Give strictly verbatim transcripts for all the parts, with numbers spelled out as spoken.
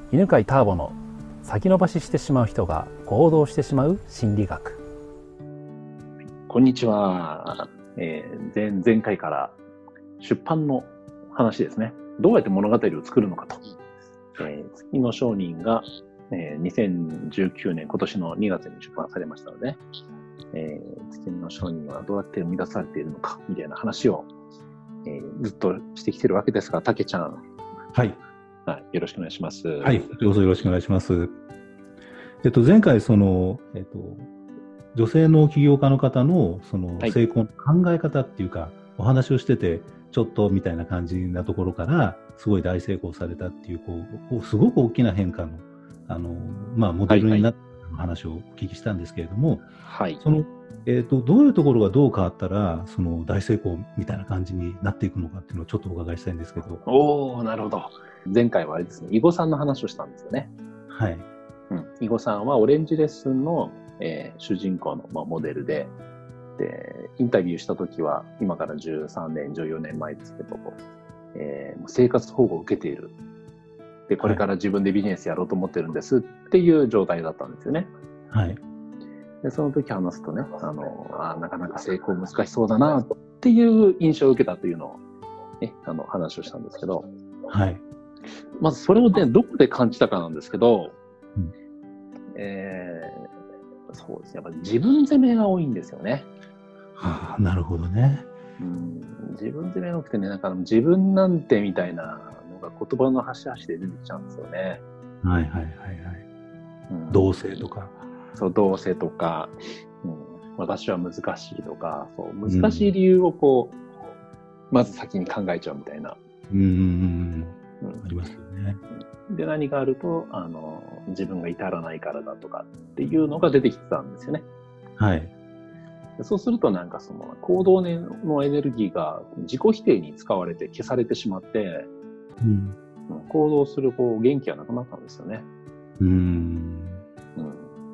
犬飼ターボの先延ばししてしまう人が行動してしまう心理学。 こんにちは、えー、前, 前回から出版の話ですね。どうやって物語を作るのかと、えー、月の商人が、えー、にせんじゅうきゅうねん今年のにがつに出版されましたので、えー、月の商人はどうやって生み出されているのかみたいな話を、えー、ずっとしてきてるわけですが、たけちゃん、 はいはい、よろしくお願いします。 はい、どうぞよろしくお願いします。えっと、前回、その、えっと、女性の起業家の方の、その、成功の考え方っていうか、はい、お話をしてて、ちょっとみたいな感じなところから、すごい大成功されたっていう、こう、すごく大きな変化の、あの、まあ、モデルになった話をお聞きしたんですけれども、 はい。 その、えっと、どういうところがどう変わったら、その、大成功みたいな感じになっていくのかっていうのをちょっとお伺いしたいんですけど。 おー、なるほど。前回はあれですね、囲碁さんの話をしたんですよね。 はい。 うん。囲碁さんはオレンジレッスンの、えー、主人公の、まあ、モデルで、で、インタビューしたときは、今からじゅうさんねん、じゅうよねんまえですけど、えー、生活保護を受けている。で、これから自分でビジネスやろうと思ってるんですっていう状態だったんですよね。 はい。 で、その時話すとね、あの、あなかなか成功難しそうだなっていう印象を受けたというのを、ね、あの、話をしたんですけど、 はい。 まずそれをね、どこで感じたかなんですけど、うん、えー、そうですね。やっぱり自分責めが多いんですよね。 はあ、なるほどね。 うん、自分責めが多くてね、なんか自分なんてみたいなのが言葉の端々で出てきちゃうんですよね。 はいはいはいはい。うん、同性とか。 そう、同性とか、うん、私は難しいとか、そう、難しい理由をこう、うん、まず先に考えちゃうみたいな。 うんうんうんうん、ありますよね。 で、何があると、あの、自分が至らないからだとかっていうのが出てきてたんですよね。 はい。 そうするとなんかその行動のエネルギーが自己否定に使われて消されてしまって、うん、行動するこう元気がなくなったんですよね。 うーん、 うん、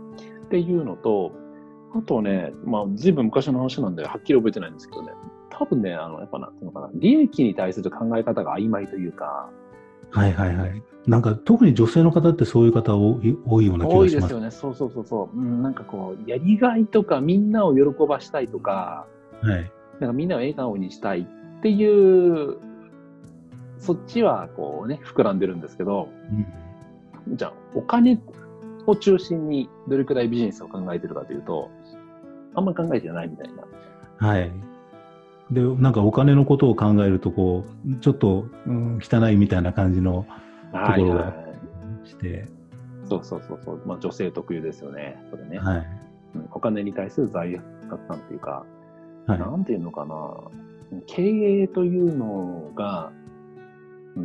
っていうのと、あとね、まあ随分昔の話なんではっきり覚えてないんですけどね、多分ね、あのやっぱなんていうのかな、利益に対する考え方が曖昧というか。 はいはいはい。なんか特に女性の方ってそういう方多い、多いような気がします。 多いですよね。そうそうそうそう。うん、なんかこう、やりがいとかみんなを喜ばしたいとか、 はい。 なんかみんなを笑顔にしたいっていう、そっちはこうね、膨らんでるんですけど、うん、じゃあお金を中心にどれくらいビジネスを考えてるかというと、あんまり考えてないみたいな。 はい。で、なんかお金のことを考えると、こう、ちょっと、うん、汚いみたいな感じのところがして。はいはい、 そうそうそうそう。まあ女性特有ですよね。それね。 はい。 うん、お金に対する罪悪感っていうか、はい、なんていうのかな。経営というのが、うん、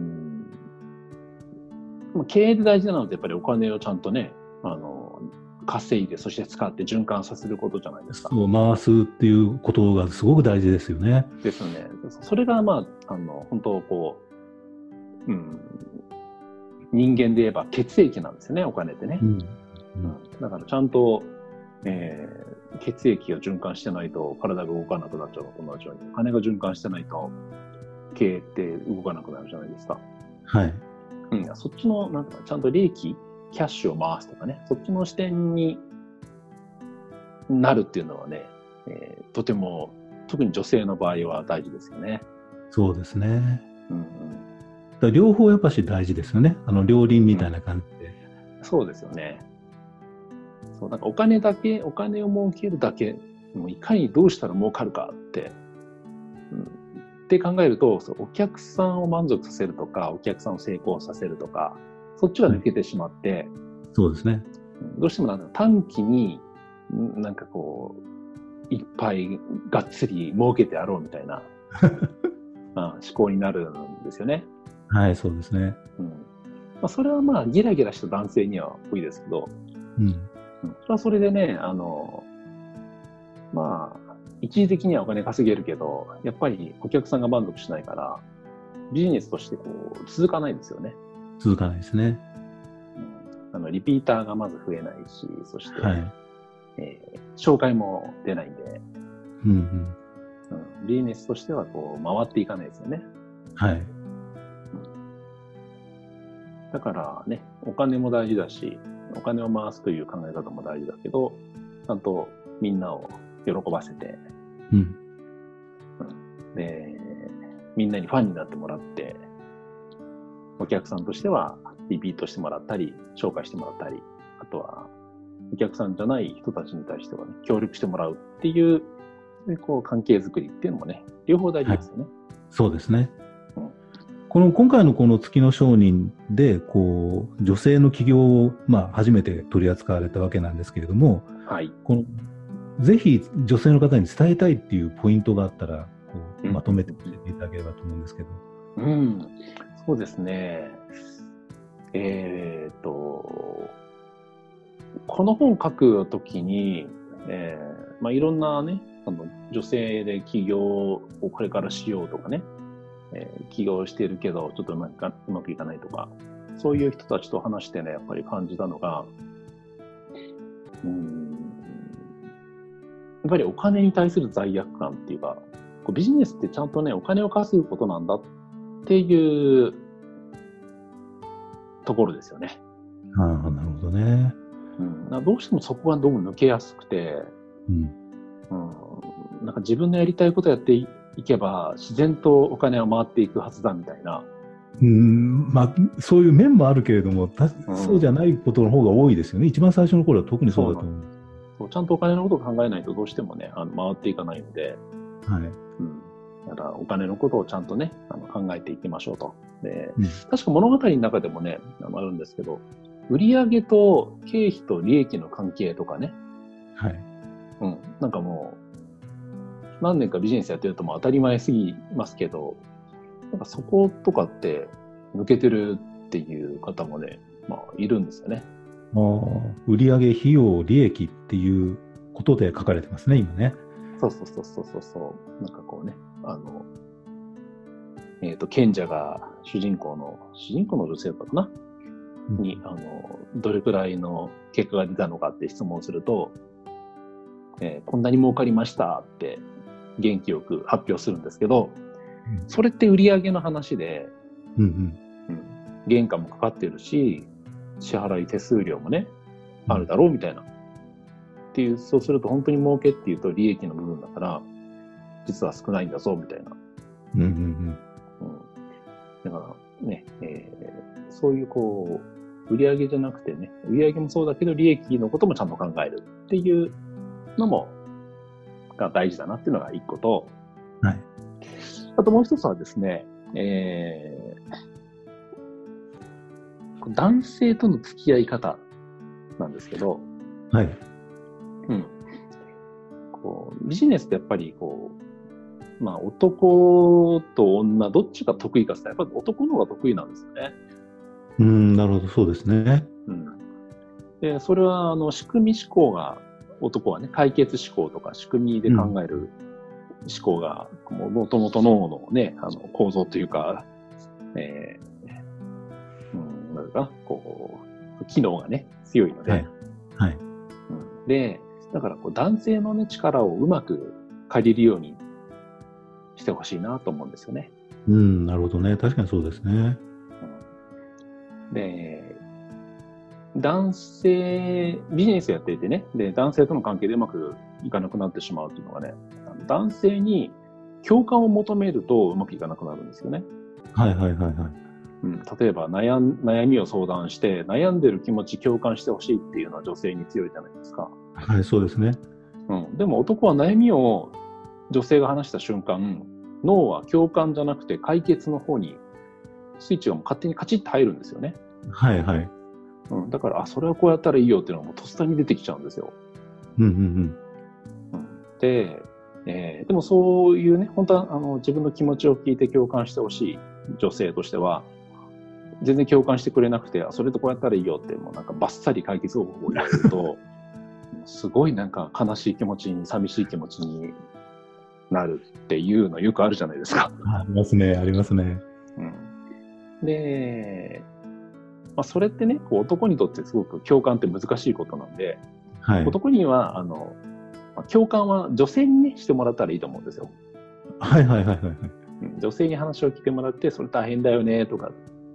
経営で大事なのってやっぱりお金をちゃんとね、あの、稼いで、そして使って循環させることじゃないですか。 そう、回すっていうことがすごく大事ですよね。 ですよね。それが、まあ、あの、本当こう、うん、人間で言えば血液なんですよね、お金ってね。うんうん、だからちゃんと、えー、血液が循環してないと体が動かなくなっちゃうのと同じように、お金が循環してないと経営って動かなくなるじゃないですか。 はい。 うん、そっちの、なんていうか、ちゃんと利益、キャッシュを回すとかね、そっちの視点になるっていうのはね、えー、とても、特に女性の場合は大事ですよね。 そうですね。 うんうん、 だ両方やっぱし大事ですよね。あの、両輪みたいな感じで。 うん、そうですよね。そう、なんかお金だけ、お金を儲けるだけ、もういかにどうしたら儲かるかって、うん、って考えると、そう、お客さんを満足させるとか、お客さんを成功させるとか、そっちが抜けてしまって、 うん、そうですね。 どうしてもなんか短期に、なんかこう、いっぱいがっつり儲けてやろうみたいな思考になるんですよね。 はい、そうですね。 うん、まあ、それはまあ、ギラギラした男性には多いですけど、 うん。 うん、それはそれでね、あの、まあ、一時的にはお金稼げるけど、やっぱりお客さんが満足しないから、ビジネスとしてこう、続かないですよね。 続かないですね。 うん、あの、リピーターがまず増えないし、そして、 はいえー、紹介も出ないんで、 うんうんうん、ビジネスとしてはこう、回っていかないですよね。 はい。 だからね、お金も大事だし、お金を回すという考え方も大事だけど、ちゃんとみんなを喜ばせて、 うん。 うん、で、みんなにファンになってもらって、お客さんとしてはリピートしてもらったり、紹介してもらったり、あとはお客さんじゃない人たちに対してはね、協力してもらうっていう、こう関係づくりっていうのもね、両方大事ですよね。はい、 そうですね。この今回のこの月の商人でこう女性の起業を、まあ、初めて取り扱われたわけなんですけれども、 はい、 このぜひ女性の方に伝えたいっていうポイントがあったらこうまとめて教えていただければと思うんですけど。 うん、うん、そうですね。えー、っとこの本を書くときに、えーまあ、いろんなね、あの女性で起業をこれからしようとかね、えー、起業しているけどちょっとうまくうまくいかないとか、そういう人たちと話してね、やっぱり感じたのが、うーん、やっぱりお金に対する罪悪感っていうか、こうビジネスってちゃんとね、お金を稼ぐことなんだっていうところですよね。 ああ、なるほどね。 うん、どうしてもそこがどうも抜けやすくて、 うんうん、なんか自分のやりたいことやっていけば自然とお金は回っていくはずだみたいな。 うん、まあそういう面もあるけれども、たうん、 そうじゃないことの方が多いですよね。一番最初の頃は特にそうだと思う。 そう、ちゃんとお金のことを考えないとどうしてもね、あの回っていかないので、 はい。 うん、だからお金のことをちゃんとね、あの考えていきましょうと。で、 うん、 確か物語の中でもね、あるんですけど、売上と経費と利益の関係とかね、 はい。 うん、なんかもう何年かビジネスやってるとも当たり前すぎますけど、なんかそことかって抜けてるっていう方もね、まあいるんですよね。 ああ、売上、費用、利益っていうことで書かれてますね、今ね。 そうそうそうそうそうそう。なんかこうね、あの、えっと、賢者が主人公の、主人公の女性だったかな、うん、に、あの、どれくらいの結果が出たのかって質問すると、えー、こんなに儲かりましたって元気よく発表するんですけど、うん、それって売上の話で、 うんうんうん、原価もかかってるし、支払い手数料もね、あるだろうみたいな。っていう、そうすると本当に儲けっていうと利益の部分だから、実は少ないんだぞみたいな。 うんうんうんうん、だからね、えー、そういうこう、売上じゃなくてね、売上もそうだけど利益のこともちゃんと考えるっていうのも、が大事だなっていうのが一個と、 はい。 あともう一つはですね、えー、男性との付き合い方なんですけど、 はい。 うん。こう、ビジネスってやっぱりこう、まあ男と女、どっちが得意かって言ったらやっぱり男の方が得意なんですよね。 うん、なるほど、そうですね。 うん。で、それはあの仕組み思考が、男はね、解決思考とか仕組みで考える思考が、もともと脳のね、あの構造というか、えー、うん、なんか、こう、機能がね、強いので、 はい。はい。 うん、で、だからこう男性のね、力をうまく借りるようにしてほしいなと思うんですよね。 うん、なるほどね。確かにそうですね。 うん、で、男性、ビジネスやっていてね、で、男性との関係でうまくいかなくなってしまうっていうのがね、男性に共感を求めるとうまくいかなくなるんですよね。 はいはいはいはい。 うん、例えば悩ん、悩みを相談して、悩んでる気持ち共感してほしいっていうのは女性に強いじゃないですか。 はい、そうですね。 うん、でも男は悩みを女性が話した瞬間、脳は共感じゃなくて解決の方にスイッチがもう勝手にカチッと入るんですよね。 はいはい。 うん、だから、あ、それはこうやったらいいよっていうのがもうとっさに出てきちゃうんですよ。 うんうんうん。 うん、で、えー、でもそういうね、本当はあの自分の気持ちを聞いて共感してほしい女性としては、全然共感してくれなくて、あ、それとこうやったらいいよって、もうなんかバッサリ解決方法を言われると、すごいなんか悲しい気持ちに、寂しい気持ちになるっていうのよくあるじゃないですか。 ありますね、ありますね。 うん、で、まあ、それってね、こう男にとってすごく共感って難しいことなんで、はい、男には、あの、共感は女性にね、してもらったらいいと思うんですよ。 はいはいはいはい。 女性に話を聞いてもらって、それ大変だよね、とか、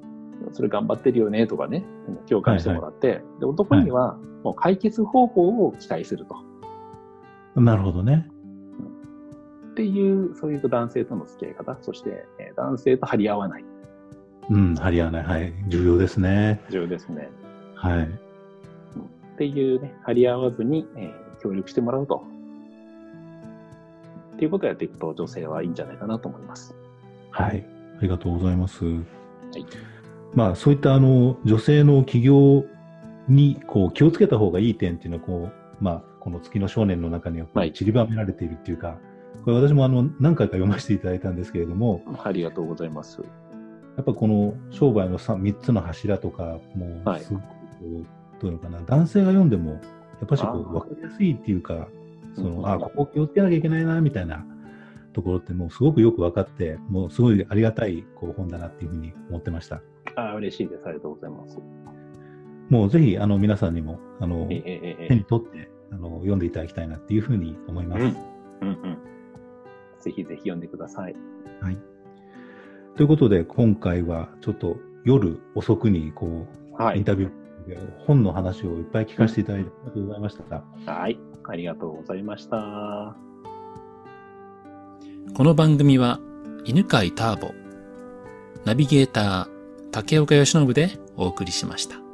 それ頑張ってるよねとかね、共感してもらって、はいはい、で男にはもう解決方法を期待すると。 なるほどね。 っていう、そういう男性との付き合い方、そして、えー、男性と張り合わない。 うん、張り合わない。はい。重要ですね。 重要ですね。 はい。 っていうね、張り合わずに、えー、協力してもらうと。っていうことをやっていくと、女性はいいんじゃないかなと思います。 はい。ありがとうございます。はい。 まあ、そういった、あの、女性の起業に、こう、気をつけた方がいい点っていうのは、こう、まあ、この月の少年の中には、散りばめられているっていうか、はい、これ私もあの何回か読ませていただいたんですけれども、 ありがとうございます。 やっぱこの商売の 3, 3つの柱とか、もうすごく、はい、どういうのかな、男性が読んでも、やっぱしこう分かりやすいっていうか、その、うん、あ、ここ気をつけなきゃいけないな、みたいなところってもうすごくよく分かって、もうすごいありがたいこう本だなっていうふうに思ってました。 あ、嬉しいです。ありがとうございます。 もうぜひあの皆さんにもあの、ええ、手に取ってあの読んでいただきたいなっていうふうに思います。うんうんうん、 ぜひぜひ読んでください。 はい。ということで、今回はちょっと夜遅くにこう、はい、インタビューで本の話をいっぱい聞かせていただいてありがとうございました。 はい。ありがとうございました。 この番組は、犬飼ターボ、ナビゲーター、竹岡由伸でお送りしました。